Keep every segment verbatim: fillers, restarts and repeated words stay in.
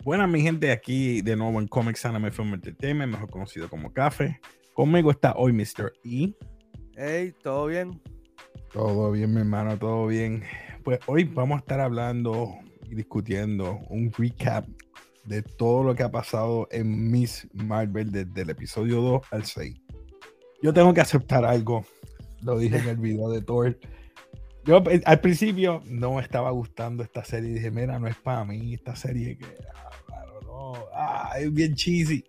Buenas, mi gente, aquí de nuevo en Comics Anime Film Entertainment, mejor conocido como Café. Conmigo está hoy mister E. Hey, ¿todo bien? Todo bien, mi hermano, todo bien. Pues hoy vamos a estar hablando y discutiendo un recap de todo lo que ha pasado en Miss Marvel desde el episodio dos al seis. Yo tengo que aceptar algo, lo dije en el video de Thor. Yo al principio no me estaba gustando esta serie y dije, mira, no es para mí esta serie que... No, ah, es bien cheesy.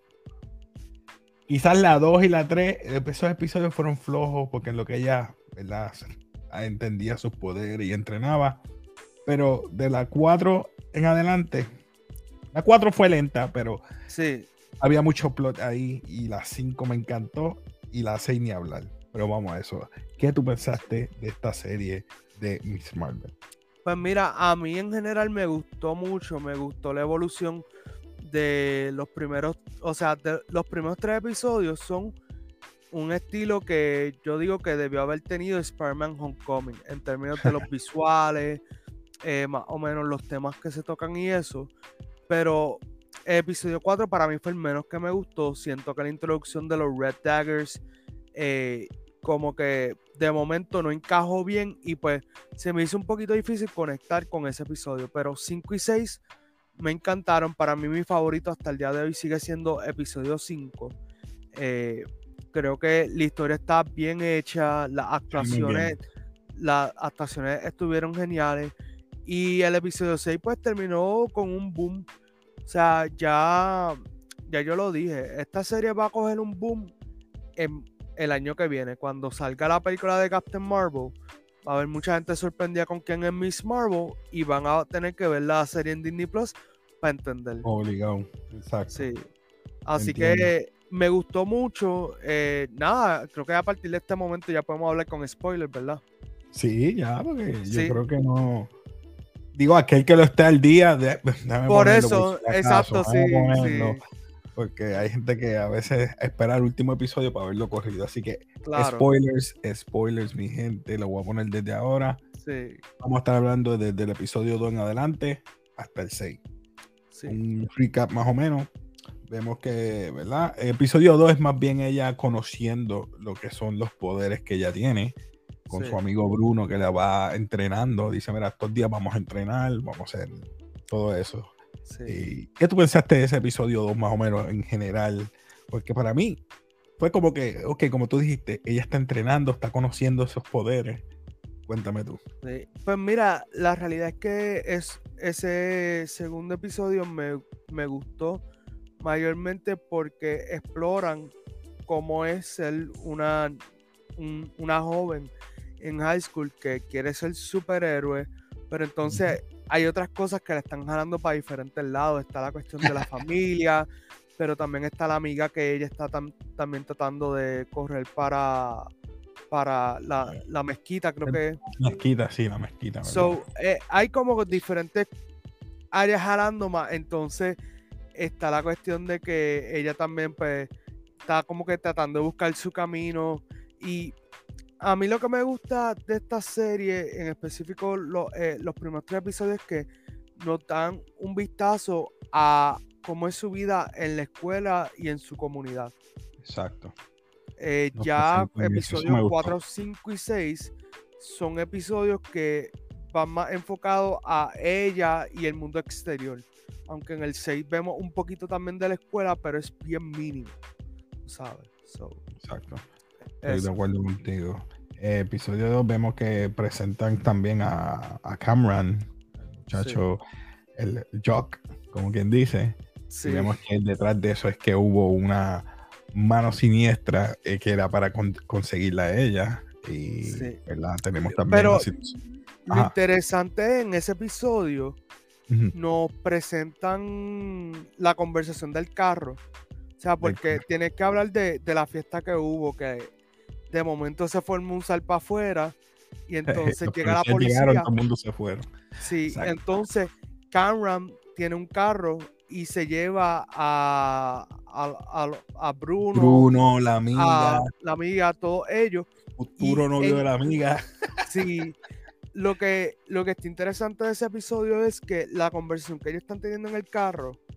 Quizás la dos y la tres, esos episodios fueron flojos porque en lo que ella, ¿verdad?, entendía sus poderes y entrenaba. Pero de la cuatro en adelante, la cuatro fue lenta, pero sí. había mucho plot ahí. Y la cinco me encantó y la seis ni hablar. Pero vamos a eso. ¿Qué tú pensaste de esta serie de Miss Marvel? Pues mira, a mí en general me gustó mucho, me gustó la evolución de los primeros, o sea, de los primeros tres episodios son un estilo que yo digo que debió haber tenido Spider-Man Homecoming, en términos de los visuales, eh, más o menos los temas que se tocan y eso, pero el episodio cuatro para mí fue el menos que me gustó. Siento que la introducción de los Red Daggers eh, como que de momento no encajó bien y pues se me hizo un poquito difícil conectar con ese episodio, pero cinco y seis me encantaron. Para mí mi favorito hasta el día de hoy sigue siendo episodio cinco. Eh, creo que la historia está bien hecha, las actuaciones, las actuaciones estuvieron geniales y el episodio seis pues terminó con un boom. O sea, ya, ya yo lo dije, esta serie va a coger un boom en el año que viene, cuando salga la película de Captain Marvel. Va a haber mucha gente sorprendida con quién es Miss Marvel y van a tener que ver la serie en Disney Plus para entender. Obligado, exacto. Sí. Así Entiendo. que me gustó mucho. Eh, nada, creo que a partir de este momento ya podemos hablar con spoilers, ¿verdad? Sí, ya, porque sí. yo creo que no. Digo, aquel que lo esté al día, de, por eso, por si exacto, sí, ponerlo, sí. Porque hay gente que a veces espera el último episodio para verlo corrido. Así que claro. spoilers, spoilers, mi gente, lo voy a poner desde ahora. Sí. Vamos a estar hablando desde el episodio dos en adelante hasta el seis. Sí. Un recap más o menos. Vemos que, ¿verdad? El episodio dos es más bien ella conociendo lo que son los poderes que ella tiene. Con sí. su amigo Bruno que la va entrenando. Dice, mira, estos días vamos a entrenar, vamos a hacer todo eso. Sí. ¿Y qué tú pensaste de ese episodio dos más o menos en general? Porque para mí fue como que, ok, como tú dijiste, ella está entrenando, está conociendo esos poderes. Cuéntame tú. Sí. Pues mira, la realidad es que es, ese segundo episodio me, me gustó mayormente porque exploran cómo es ser una, un, una joven en high school que quiere ser superhéroe, pero entonces uh-huh. hay otras cosas que le están jalando para diferentes lados. Está la cuestión de la familia, pero también está la amiga que ella está tam, también tratando de correr para, para la, la mezquita, creo que es. Mezquita, sí, la mezquita. So, eh, hay como diferentes áreas jalando más, entonces está la cuestión de que ella también pues está como que tratando de buscar su camino. Y a mí lo que me gusta de esta serie, en específico lo, eh, los primeros tres episodios, que nos dan un vistazo a cómo es su vida en la escuela y en su comunidad. Exacto. Eh, no, ya episodios cuatro, cinco y seis son episodios que van más enfocados a ella y el mundo exterior. Aunque en el seis vemos un poquito también de la escuela, pero es bien mínimo, ¿sabes? So, Exacto. Estoy eso. de acuerdo contigo. Eh, episodio dos vemos que presentan también a, a Cameron, el muchacho, sí. el Jock, como quien dice. Sí. Y vemos que detrás de eso es que hubo una mano siniestra eh, que era para con, conseguirla a ella. Y sí. ¿verdad? Tenemos también pero la situación. Lo interesante en ese episodio, uh-huh. nos presentan la conversación del carro. O sea, porque tienes que hablar de, de la fiesta que hubo, que de momento se formó un sal para afuera y entonces llega la policía. Llegaron, todo el mundo se fueron. Sí, exacto. Entonces Cameron tiene un carro y se lleva a, a, a, a Bruno, Bruno, la amiga, a la amiga, a todos ellos. Futuro y novio en, de la amiga. Sí. Lo que, lo que está interesante de ese episodio es que la conversación que ellos están teniendo en el carro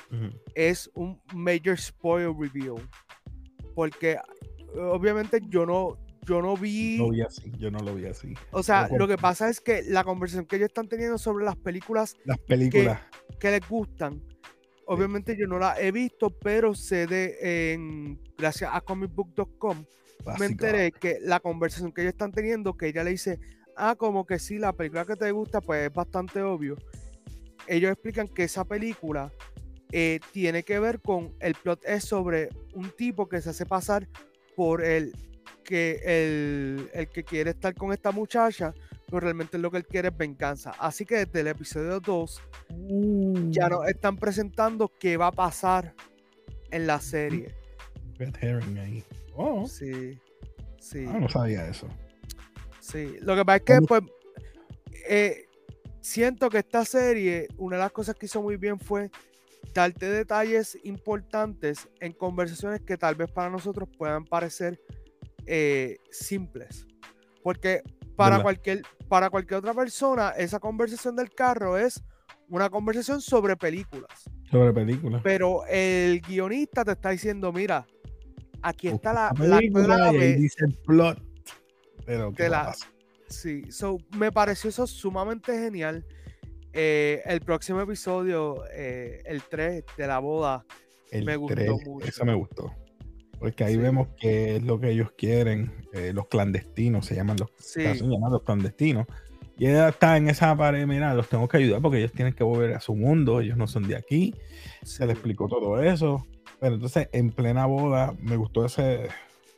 uh-huh. es un major spoiler review. Porque obviamente yo no, yo no vi... No lo vi así, yo no lo vi así. O sea, lo que pasa es que la conversación que ellos están teniendo sobre las películas... Las películas. Que, que les gustan. Obviamente sí. Yo no las he visto, pero sé de... En, gracias a comic book punto com me enteré que la conversación que ellos están teniendo, que ella le dice, ah, como que sí, la película que te gusta, pues es bastante obvio. Ellos explican que esa película eh, tiene que ver con, el plot es sobre un tipo que se hace pasar por el que, el, el que quiere estar con esta muchacha, pero realmente lo que él quiere es venganza. Así que desde el episodio dos uh. ya nos están presentando qué va a pasar en la serie. Red herring ahí. Oh. Sí, sí. Ah, no sabía eso. Sí, lo que pasa es que pues eh, siento que esta serie, una de las cosas que hizo muy bien fue darte detalles importantes en conversaciones que tal vez para nosotros puedan parecer eh, simples. Porque para cualquier, para cualquier otra persona, esa conversación del carro es una conversación sobre películas. Sobre películas. Pero el guionista te está diciendo, mira, aquí está la, la clave. Y ahí dice el plot. Pero ¿qué la, sí, so, me pareció eso sumamente genial. Eh, el próximo episodio, eh, el tres de la boda, el me gustó tres, mucho. Eso me gustó. Porque ahí sí. vemos que es lo que ellos quieren. Eh, los clandestinos se llaman los, sí. se llaman los clandestinos. Y ella está en esa pared, mira, los tengo que ayudar porque ellos tienen que volver a su mundo. Ellos no son de aquí. Sí. Se le explicó todo eso. Pero entonces, en plena boda, me gustó ese...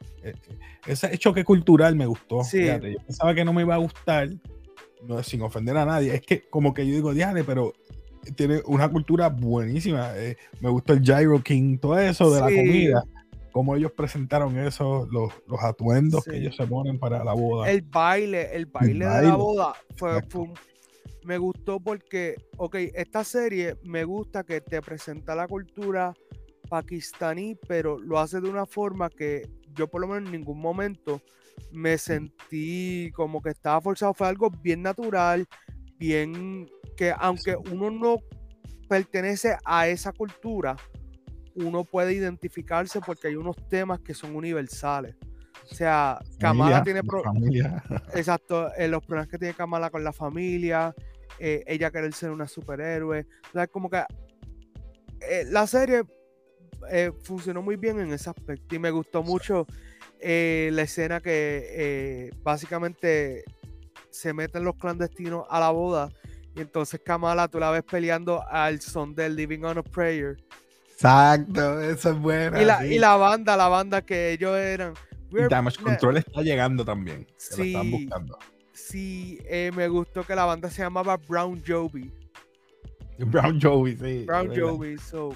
Ese choque cultural me gustó. Sí. Fíjate, yo pensaba que no me iba a gustar, no, sin ofender a nadie. Es que como que yo digo, diane, pero tiene una cultura buenísima. Eh, me gustó el Gyro King, todo eso de sí. la comida. Cómo ellos presentaron eso, los, los atuendos sí. que ellos se ponen para la boda. El baile, el baile, el baile. de la boda fue, fue, me gustó porque, ok, esta serie me gusta que te presenta la cultura pakistaní, pero lo hace de una forma que yo por lo menos en ningún momento me sentí como que estaba forzado. Fue algo bien natural, bien que aunque uno no pertenece a esa cultura, uno puede identificarse porque hay unos temas que son universales. O sea, familia, Kamala tiene pro- familia. Exacto, eh, los problemas que tiene Kamala con la familia, eh, ella querer ser una superhéroe. O sea, como que eh, la serie Eh, funcionó muy bien en ese aspecto y me gustó mucho eh, la escena que eh, básicamente se meten los clandestinos a la boda y entonces Kamala tú la ves peleando al son del Living on a Prayer. Exacto, eso es bueno. Y la, sí. y la banda, la banda que ellos eran. Y Damage Control está llegando también. Sí, la están buscando. Sí, eh, me gustó que la banda se llamaba Brown Jovi. Brown Jovi, sí. Brown Jovi, so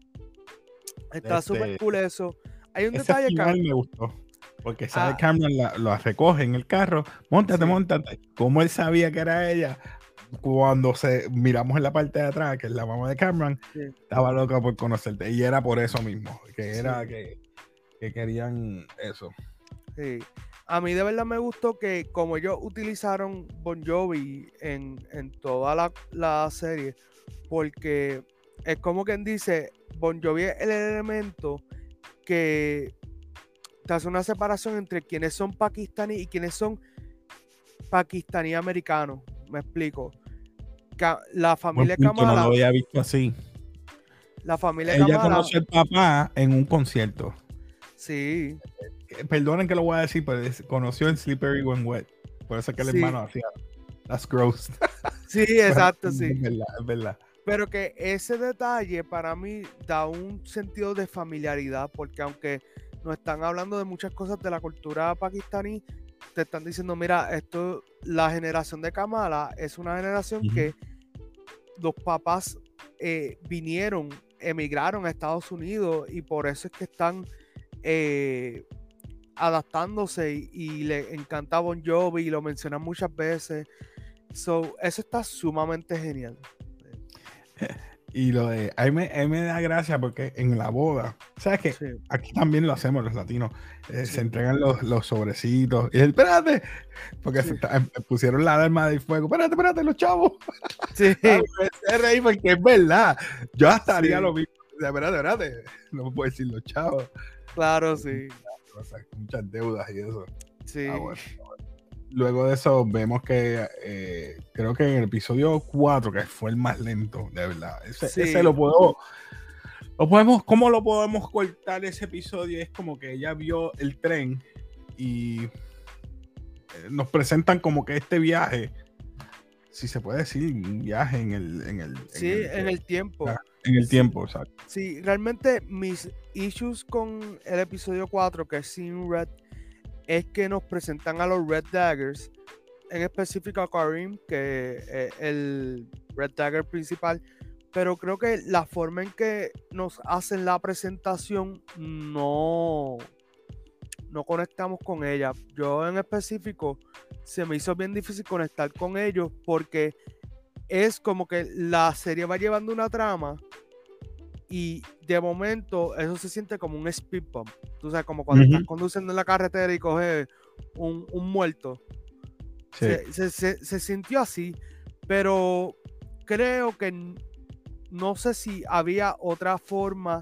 está súper este, cool eso. Hay un detalle que me gustó. Porque sabe ah, Cameron la, lo recoge en el carro. Móntate, sí. móntate. Como él sabía que era ella, cuando se miramos en la parte de atrás, que es la mamá de Cameron, sí. estaba loca por conocerte. Y era por eso mismo. Que era sí. que, que querían eso. Sí. A mí de verdad me gustó que como ellos utilizaron Bon Jovi en, en toda la, la serie, porque es como quien dice, Bon Jovi es el elemento que te hace una separación entre quienes son pakistaníes y quienes son pakistaní americanos. Me explico. La familia Buen punto, Kamala. No lo había visto así. La familia Ella Kamala. conoció al papá en un concierto. Sí. Perdonen que lo voy a decir, pero conoció en Slippery When Wet. Por eso es que el sí. hermano hacía That's gross. Sí, exacto, sí. Es verdad, es verdad. Pero que ese detalle para mí da un sentido de familiaridad, porque aunque nos están hablando de muchas cosas de la cultura pakistaní, te están diciendo, mira, esto, la generación de Kamala es una generación uh-huh. que los papás eh, vinieron, emigraron a Estados Unidos y por eso es que están eh, adaptándose y, y le encanta Bon Jovi y lo mencionan muchas veces. So, eso está sumamente genial. Y lo de, a mí, me, a mí me da gracia porque en la boda, ¿sabes qué? Sí. Aquí también lo hacemos los latinos, eh, sí. se entregan los, los sobrecitos y el, espérate, porque sí. se, pusieron la alarma de fuego, espérate, espérate, los chavos. Sí. Se reí porque es verdad, yo hasta haría sí. lo mismo. sea, espérate, espérate. No me puedo decir los chavos. Claro, sí. O sea, muchas deudas y eso. Sí. Ah, bueno. Luego de eso vemos que eh, creo que en el episodio cuatro, que fue el más lento, de verdad. Ese, Sí. ese lo puedo. Lo podemos, ¿cómo lo podemos cortar ese episodio? Es como que ella vio el tren y eh, nos presentan como que este viaje, si se puede decir, un viaje en el, en el, Sí, en el, en el tiempo. ah, en el Sí. tiempo, exacto. Sí, realmente mis issues con el episodio cuatro, que es Seeing Red, es que nos presentan a los Red Daggers, en específico a Karim, que es el Red Dagger principal, pero creo que la forma en que nos hacen la presentación no, no conectamos con ella. Yo en específico se me hizo bien difícil conectar con ellos porque es como que la serie va llevando una trama y de momento eso se siente como un speed bump. Tú sabes, como cuando uh-huh. estás conduciendo en la carretera y coges un, un muerto. Sí. Se, se, se, se sintió así, pero creo que no sé si había otra forma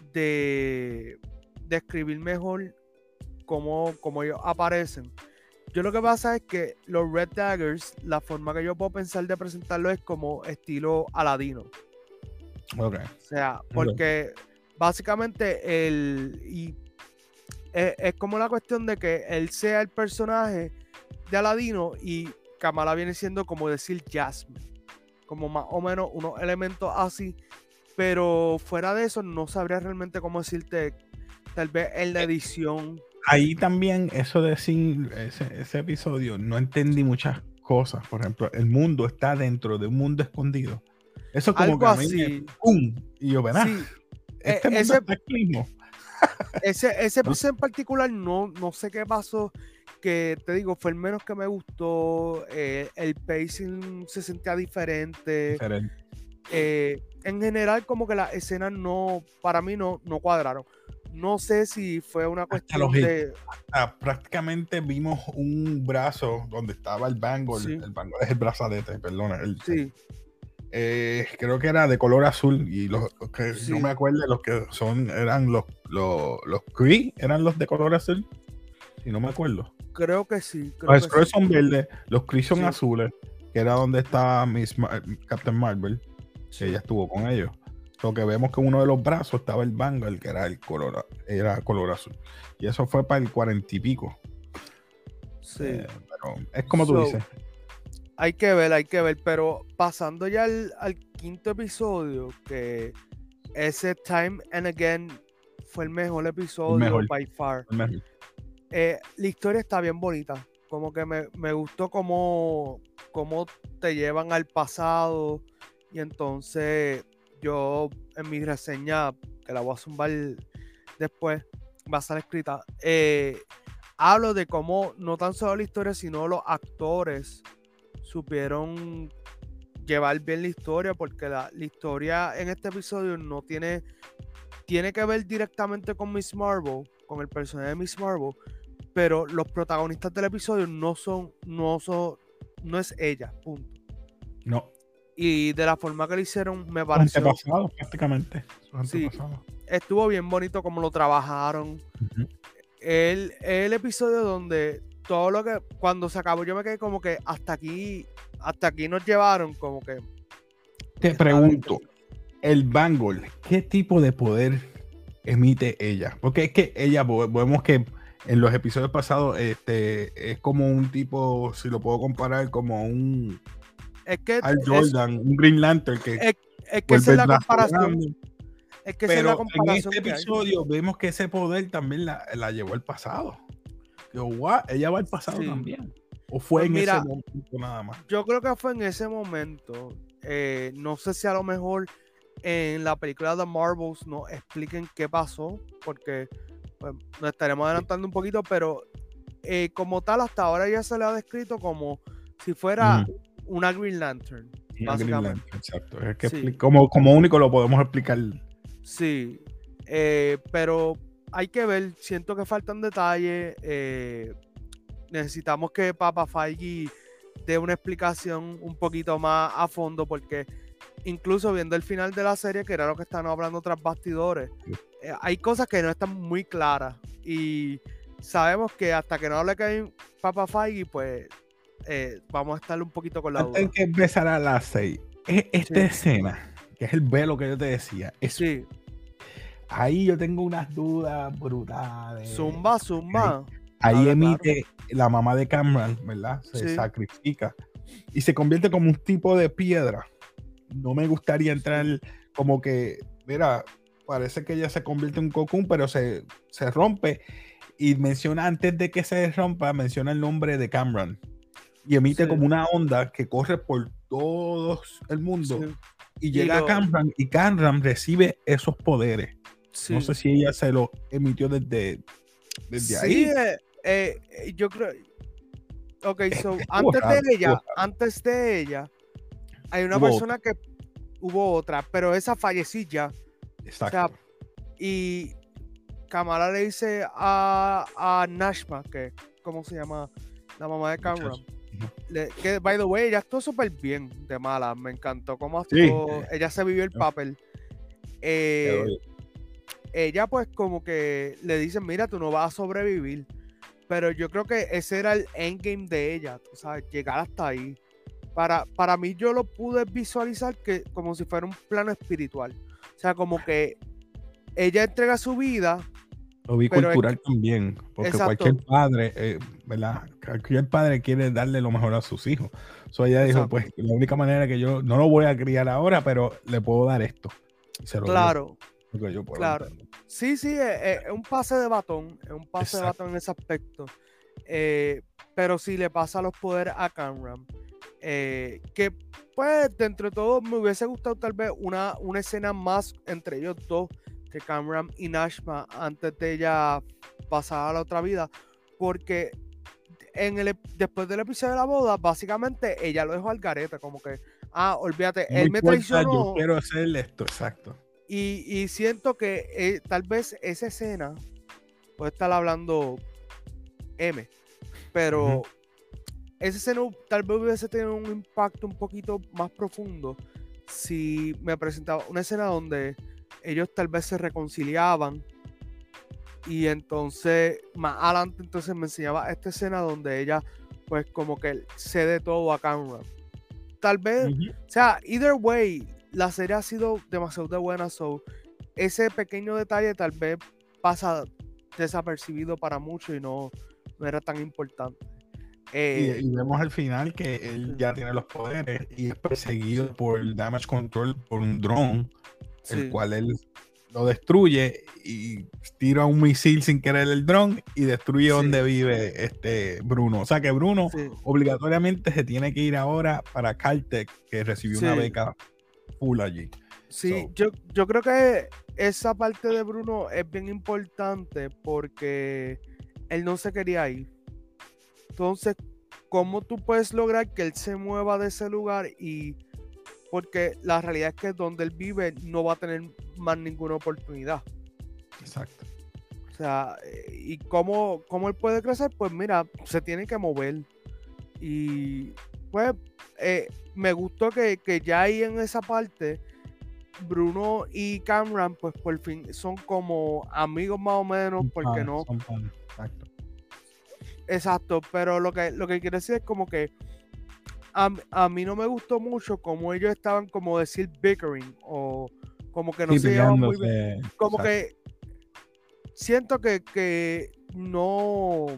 de, de escribir mejor cómo, cómo ellos aparecen. Yo lo que pasa es que los Red Daggers, la forma que yo puedo pensar de presentarlo es como estilo Aladino. Okay. O sea, porque okay. básicamente el y es, es como la cuestión de que él sea el personaje de Aladino y Kamala viene siendo como decir Jasmine, como más o menos unos elementos así, pero fuera de eso no sabría realmente cómo decirte, tal vez en la edición. Ahí también eso de decir ese, ese episodio no entendí muchas cosas. Por ejemplo, el mundo está dentro de un mundo escondido. Eso como algo que a mí así. Me, ¡pum! Y yo, verá, sí. este eh, mundo ese, está aquí mismo. Ese, ese episodio en particular no, no sé qué pasó, que te digo, fue el menos que me gustó, eh, el pacing se sentía diferente. diferente. Eh, en general como que las escenas no, para mí no, no cuadraron. No sé si fue una cuestión de... Hasta prácticamente vimos un brazo donde estaba el bangle, sí. el bangle es el brazalete, perdona. El, sí. Eh, creo que era de color azul y los, los que sí. no me acuerdo, los que son eran los los, los Kree, eran los de color azul, si no me acuerdo. Creo que sí. Creo los que sí. son verdes, los Kree son sí. azules, que era donde está Miss Mar Captain Marvel, sí. que ella estuvo con ellos. Lo que vemos que uno de los brazos estaba el bangle, que era el color, era color azul. Y eso fue para el cuarenta y pico. Sí. Eh, pero es como so, tú dices. Hay que ver, hay que ver, pero pasando ya al, al quinto episodio, que ese Time and Again fue el mejor episodio el mejor. by far. El mejor. Eh, la historia está bien bonita, como que me, me gustó cómo, cómo te llevan al pasado y entonces yo en mi reseña, que la voy a zumbar después, va a estar escrita, eh, hablo de cómo no tan solo la historia, sino los actores supieron llevar bien la historia, porque la, la historia en este episodio no tiene tiene que ver directamente con Miss Marvel, con el personaje de Miss Marvel, pero los protagonistas del episodio no son no son no es ella, punto. No. Y de la forma que lo hicieron me pareció antepasado prácticamente. Sí, estuvo bien bonito como lo trabajaron. Uh-huh. el, el episodio donde todo lo que cuando se acabó yo me quedé como que hasta aquí hasta aquí nos llevaron, como que te pregunto, el bangle, ¿qué tipo de poder emite ella? Porque es que ella, vemos que en los episodios pasados este, es como un tipo, si lo puedo comparar, como un es que Al Jordan, es, un Green Lantern que es, es que esa es la comparación. Es que pero esa es la comparación en este episodio hay. Vemos que ese poder también la, la llevó al pasado. Yo, what? Ella va al pasado sí. también. ¿O fue pues en mira, ese momento nada más? Yo creo que fue en ese momento. Eh, no sé si a lo mejor en la película de Marvels nos expliquen qué pasó, porque pues, nos estaremos adelantando un poquito, pero eh, como tal, hasta ahora ya se le ha descrito como si fuera mm. una Green Lantern. Una Green Lantern, exacto. Es que sí. como, como único lo podemos explicar. Sí, eh, pero hay que ver, siento que faltan detalles. Eh, necesitamos que Papa Feige dé una explicación un poquito más a fondo, porque incluso viendo el final de la serie, que era lo que estaban hablando tras bastidores, Sí. eh, hay cosas que no están muy claras. Y sabemos que hasta que no hable Kevin Papa Feige, pues eh, vamos a estar un poquito con la duda. Antes que empezar a las seis, esta Sí. escena, que es el velo que yo te decía, es, Sí, ahí yo tengo unas dudas brutales. zumba, zumba. Ahí Habla emite la mamá de Cameron, ¿verdad? Se Sí. sacrifica y se convierte como un tipo de piedra. No me gustaría entrar como que, mira, parece que ella se convierte en un cocoon, pero se, se rompe y menciona, antes de que se rompa, menciona el nombre de Cameron y emite Sí. como una onda que corre por todo el mundo Sí. y Y llega lo- a Cameron y Cameron recibe esos poderes. Sí. No sé si ella se lo emitió desde, desde Sí, ahí. eh, eh, eh, yo creo. Ok, so Estuvo antes raro, de ella, estuvo raro. antes de ella, hay una Hubo persona que hubo otra, pero esa falleció ya. Exacto. Y Kamala le dice a, a Nashma, que ¿cómo se llama? La mamá de Cameron. Ujú. Le- que, by the way, ella actuó súper bien de mala. Me encantó cómo Sí. actuó. Ella se vivió el Sí. papel. Eh, Quedó bien. ella pues como que le dicen, mira, tú no vas a sobrevivir. Pero yo creo que ese era el endgame de ella, tú sabes, llegar hasta ahí. Para, para mí yo lo pude visualizar que como si fuera un plano espiritual. O sea, como que ella entrega su vida. Lo vi pero es cultural también, porque Exacto. cualquier padre, eh, ¿verdad? Cualquier padre quiere darle lo mejor a sus hijos. So ella dijo, Exacto. pues la única manera que yo no lo voy a criar ahora, pero le puedo dar esto. Y se lo dio, Claro, lo que yo puedo claro. entender. Sí, sí, es, es un pase de batón, es un pase de Exacto. batón en ese aspecto. Eh, pero sí le pasa los poderes a Cameron. Eh, que pues dentro de todo me hubiese gustado tal vez una, una escena más entre ellos dos, que Cameron y Nashma, antes de ella pasar a la otra vida, porque en el, ep- después del episodio de la boda, básicamente ella lo dejó al garete, como que, ah, olvídate, No él me importa, yo traicionó. quiero hacer esto, exacto. Y, y siento que eh, tal vez esa escena puede estar hablando M, pero Ujú. esa escena tal vez hubiese tenido un impacto un poquito más profundo si me presentaba una escena donde ellos tal vez se reconciliaban y entonces más adelante entonces me enseñaba esta escena donde ella pues como que cede todo a Cameron. Tal vez, Ujú. o sea, either way, la serie ha sido demasiado de buena, so ese pequeño detalle tal vez pasa desapercibido para muchos y no, no era tan importante. Y, Eh, y vemos al final que él ya tiene los poderes y es perseguido por el Damage Control, por un dron, el sí, cual él lo destruye y tira un misil sin querer el dron y destruye Sí. donde vive este Bruno. O sea que Bruno sí, obligatoriamente se tiene que ir ahora para Caltech, que recibió una Sí. beca full allí. sí. So- Yo, yo creo que esa parte de Bruno es bien importante porque él no se quería ir. Entonces, ¿cómo tú puedes lograr que él se mueva de ese lugar? Y porque la realidad es que donde él vive no va a tener más ninguna oportunidad. Exacto. O sea, eh, ¿y cómo, cómo él puede crecer? Pues mira, se tiene que mover. Y pues eh, me gustó que, que ya ahí en esa parte, Bruno y Cameron, pues por fin son como amigos más o menos, Son porque panas, no. son panas, exacto. Exacto, pero lo que, lo que quiero decir es como que a, a mí no me gustó mucho como ellos estaban como decir bickering o como que no Sí, se llevaban muy bien. peleándose, Como exacto. que siento que, que no,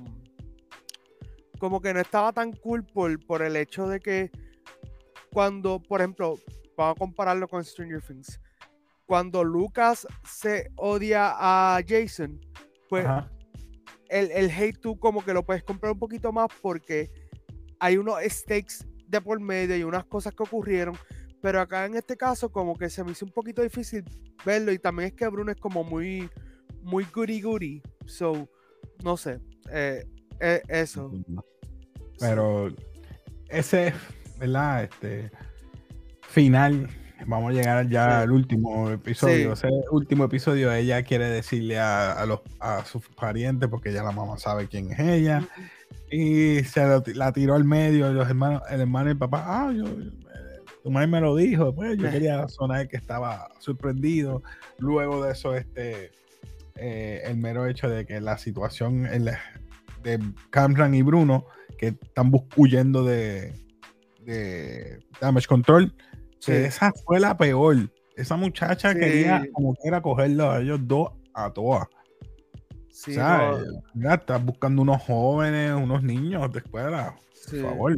como que no estaba tan cool por, por el hecho de que cuando, por ejemplo, vamos a compararlo con Stranger Things, cuando Lucas se odia a Jason, pues Ajá. el, el hate tú como que lo puedes comprar un poquito más porque hay unos stakes de por medio y unas cosas que ocurrieron, pero acá en este caso como que se me hizo un poquito difícil verlo y también es que Bruno es como muy muy goody goody, so no sé, eh, eh, eso. Pero ese, ¿verdad? Este final, vamos a llegar ya Sí. al último episodio. Sí. Ese último episodio, ella quiere decirle a, a los, a sus parientes, porque ya la mamá sabe quién es ella, y se lo- la tiró al medio, los hermanos, el hermano y el papá, ah, yo, tu madre me lo dijo, pues yo quería sonar que estaba sorprendido. Luego de eso, este, eh, el mero hecho de que la situación el, de Cameron y Bruno, que están huyendo de, de Damage Control, sí. que esa fue la peor. Esa muchacha sí. quería como quiera cogerlo a ellos dos a todas. Sí, o sea, no. mira, estás buscando unos jóvenes, unos niños de escuela, sí. por favor.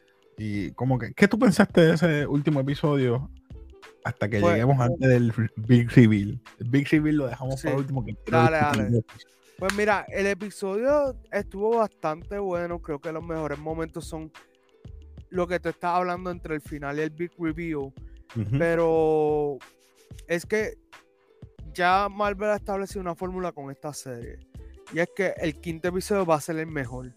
Y como que, ¿qué tú pensaste de ese último episodio? Hasta que pues, lleguemos antes del Big Reveal. El Big Reveal lo dejamos sí. para último. Que dale, dale. Pues mira, el episodio estuvo bastante bueno. Creo que los mejores momentos son lo que te estás hablando entre el final y el Big Reveal. Uh-huh. Pero es que ya Marvel ha establecido una fórmula con esta serie. Y es que el quinto episodio va a ser el mejor.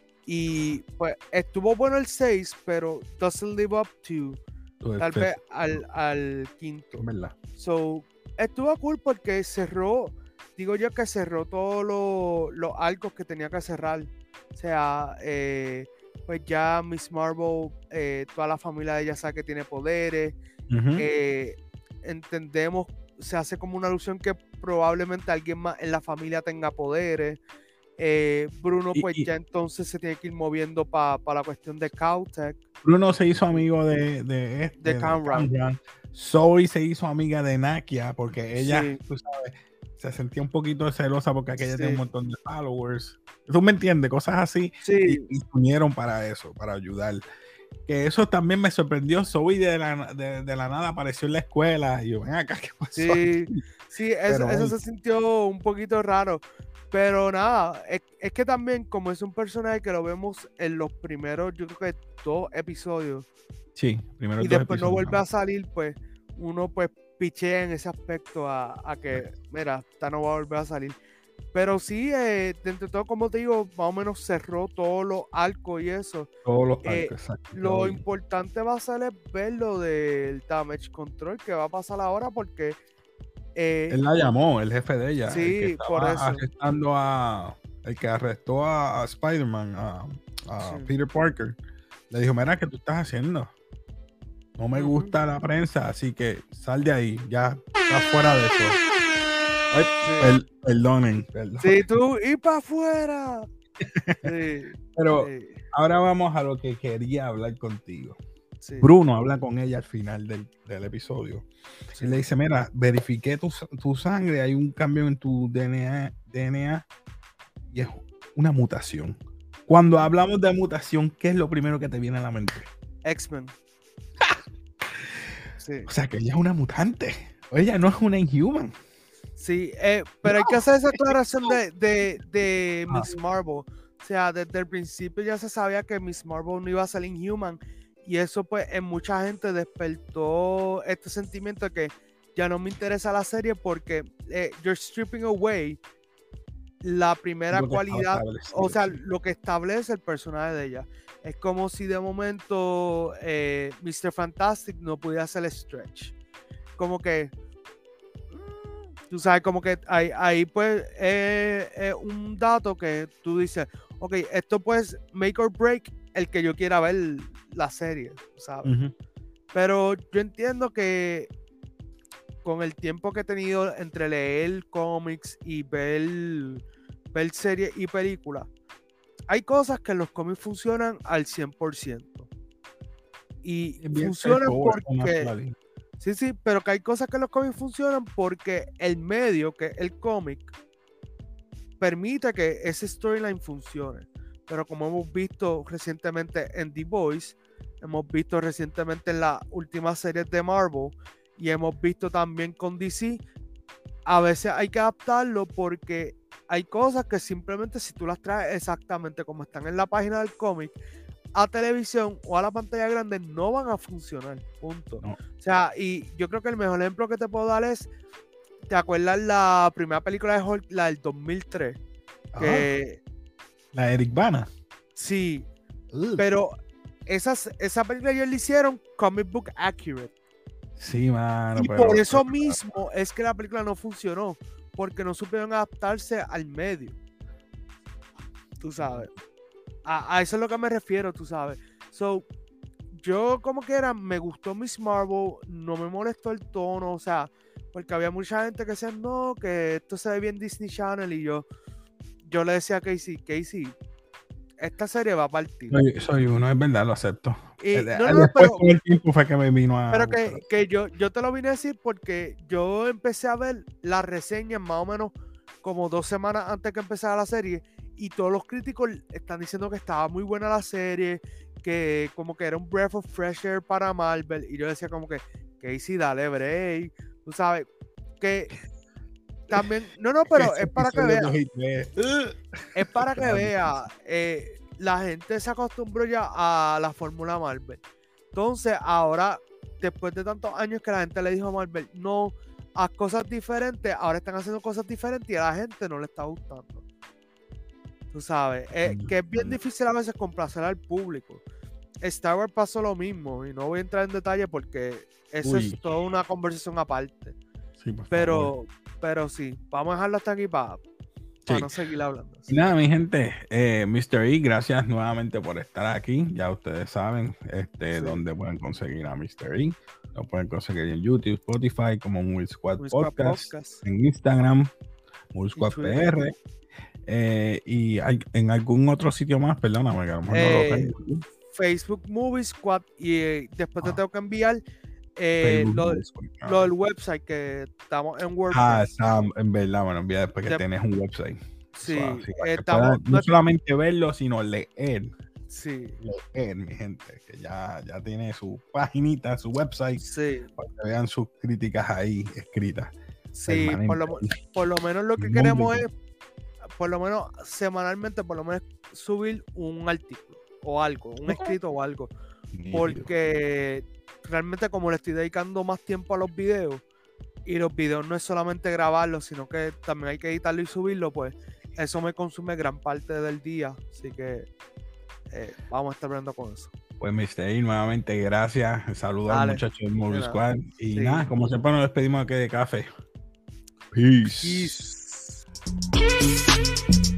Y pues estuvo bueno el seis, pero doesn't live up to Todo tal vez al, al quinto. ¿Verdad? So, estuvo cool porque cerró, digo yo que cerró todos los lo arcos que tenía que cerrar. O sea, eh, pues ya Miss Marvel, eh, toda la familia de ella sabe que tiene poderes. Uh-huh. Eh, entendemos, se hace como una alusión que probablemente alguien más en la familia tenga poderes. Eh, Bruno pues y, y, ya entonces se tiene que ir moviendo para pa la cuestión de Kautek. Bruno se hizo amigo de de, este, de Cameron. Zoe se hizo amiga de Nakia porque ella, sí. tú sabes, se sentía un poquito celosa porque aquella sí. tiene un montón de followers. Tú me entiendes, cosas así. Sí. Y, y unieron para eso, para ayudar. Que eso también me sorprendió. Zoe de la, de, de la nada apareció en la escuela y yo, ven acá, ¿qué pasó? Sí, aquí? sí, eso, Pero, eso se sintió un poquito raro. Pero nada, es, es que también como es un personaje que lo vemos en los primeros, yo creo que dos episodios. Sí, primero y después no vuelve no. a salir, pues uno pues pichea en ese aspecto a, a que, sí. mira, esta no va a volver a salir. Pero sí, eh, dentro de todo, como te digo, más o menos cerró todos los arcos y eso. Todos los arcos, eh, exacto. Lo bien. importante va a ser es ver lo del Damage Control que va a pasar ahora porque... Eh, Él la llamó, el jefe de ella. Sí, el que por eso. Arrestando a... El que arrestó a, a Spider-Man, a, a sí. Peter Parker. Le dijo, mira, ¿qué tú estás haciendo? No me uh-huh. gusta la prensa, así que sal de ahí. Ya estás fuera de eso. Ay, sí. per, perdonen, perdonen. Sí, tú, y para afuera. Sí, Pero sí. ahora vamos a lo que quería hablar contigo. Sí. Bruno habla con ella al final del, del episodio. Sí. Y le dice, mira, verifiqué tu, tu sangre, hay un cambio en tu D N A, D N A y es una mutación. Cuando hablamos de mutación, ¿qué es lo primero que te viene a la mente? X-Men. Sí. O sea, que ella es una mutante. Ella no es una Inhuman. Sí, eh, pero no. hay que hacer esa aclaración de, de, de Miss ah. Marvel. O sea, desde el principio ya se sabía que Miss Marvel no iba a ser Inhuman. Y eso pues en mucha gente despertó este sentimiento de que ya no me interesa la serie porque eh, you're stripping away la primera cualidad, o sea, lo que establece el personaje de ella. Es como si de momento eh, mister Fantastic no pudiera hacer stretch. Como que, tú sabes, como que ahí, ahí pues es eh, eh, un dato que tú dices, ok, esto pues make or break el que yo quiera ver la serie, ¿sabes? Uh-huh. Pero yo entiendo que con el tiempo que he tenido entre leer cómics y ver, ver series y películas, hay cosas que en los cómics funcionan al cien por ciento. Y funcionan porque... Sí, sí, pero que hay cosas que en los cómics funcionan porque el medio, que es el cómic, permite que ese storyline funcione. Pero como hemos visto recientemente en The Boys, hemos visto recientemente en las últimas series de Marvel y hemos visto también con D C, a veces hay que adaptarlo porque hay cosas que simplemente si tú las traes exactamente como están en la página del cómic a televisión o a la pantalla grande no van a funcionar, punto. No. O sea, y yo creo que el mejor ejemplo que te puedo dar es, ¿te acuerdas la primera película de Hulk, la del dos mil tres? Que... La de Eric Bana. Sí, uh. pero esas, esa película ellos le hicieron comic book accurate. Sí, mano. Y pero, por eso pero, mismo es que la película no funcionó, porque no supieron adaptarse al medio. Tú sabes. A, a eso es lo que me refiero, tú sabes. So, yo como que era, me gustó Miss Marvel, no me molestó el tono, o sea, porque había mucha gente que decía, no, que esto se ve bien Disney Channel, y yo, yo le decía a Casey, Casey, esta serie va a partir. Soy, soy uno, es verdad, lo acepto. Y, Eh, no, no, Después pero, con el tiempo fue que me vino a... pero que, que yo, yo te lo vine a decir porque yo empecé a ver las reseñas más o menos como dos semanas antes que empezara la serie, y todos los críticos están diciendo que estaba muy buena la serie, que como que era un breath of fresh air para Marvel, y yo decía como que, Casey, dale break, tú sabes, que también, no, no, pero es para que vea, es para que vea, eh, la gente se acostumbró ya a la fórmula Marvel, entonces ahora, después de tantos años que la gente le dijo a Marvel, no, haz cosas diferentes, ahora están haciendo cosas diferentes y a la gente no le está gustando. Tú sabes, eh, que es bien difícil a veces complacer al público. Star Wars pasó lo mismo y no voy a entrar en detalle porque eso Uy. es toda una conversación aparte. Sí, por pero, favor. pero sí, vamos a dejarlo hasta aquí para, para sí. no seguir hablando. Sí. Nada, mi gente, eh, mister E, gracias nuevamente por estar aquí. Ya ustedes saben este, sí. dónde pueden conseguir a mister E. Lo pueden conseguir en YouTube, Spotify, como Movie Squad Movie Podcast, Podcast, en Instagram, Movie Squad P R, eh, y hay, en algún otro sitio más, perdóname, que a lo mejor eh, no lo tengo. Facebook Movie Squad, y eh, después ah. te tengo que enviar eh, lo, ah. lo del website, que estamos en WordPress. Ah, está, en verdad, bueno, envía después que de, tienes un website. Sí, o sea, así, estamos, no solamente verlo, sino leer. Sí. Leer, mi gente, que ya, ya tiene su paginita, su website, sí. para que vean sus críticas ahí escritas. Sí, por lo, por lo menos lo que queremos es, por lo menos semanalmente, por lo menos subir un artículo o algo, un escrito o algo, porque realmente como le estoy dedicando más tiempo a los videos, y los videos no es solamente grabarlos, sino que también hay que editarlo y subirlo, pues eso me consume gran parte del día, así que eh, vamos a estar hablando con eso. Pues mister E, nuevamente gracias, saludos al muchacho del Movie Squad, y sí. nada, como siempre nos despedimos aquí de café. Peace. Peace.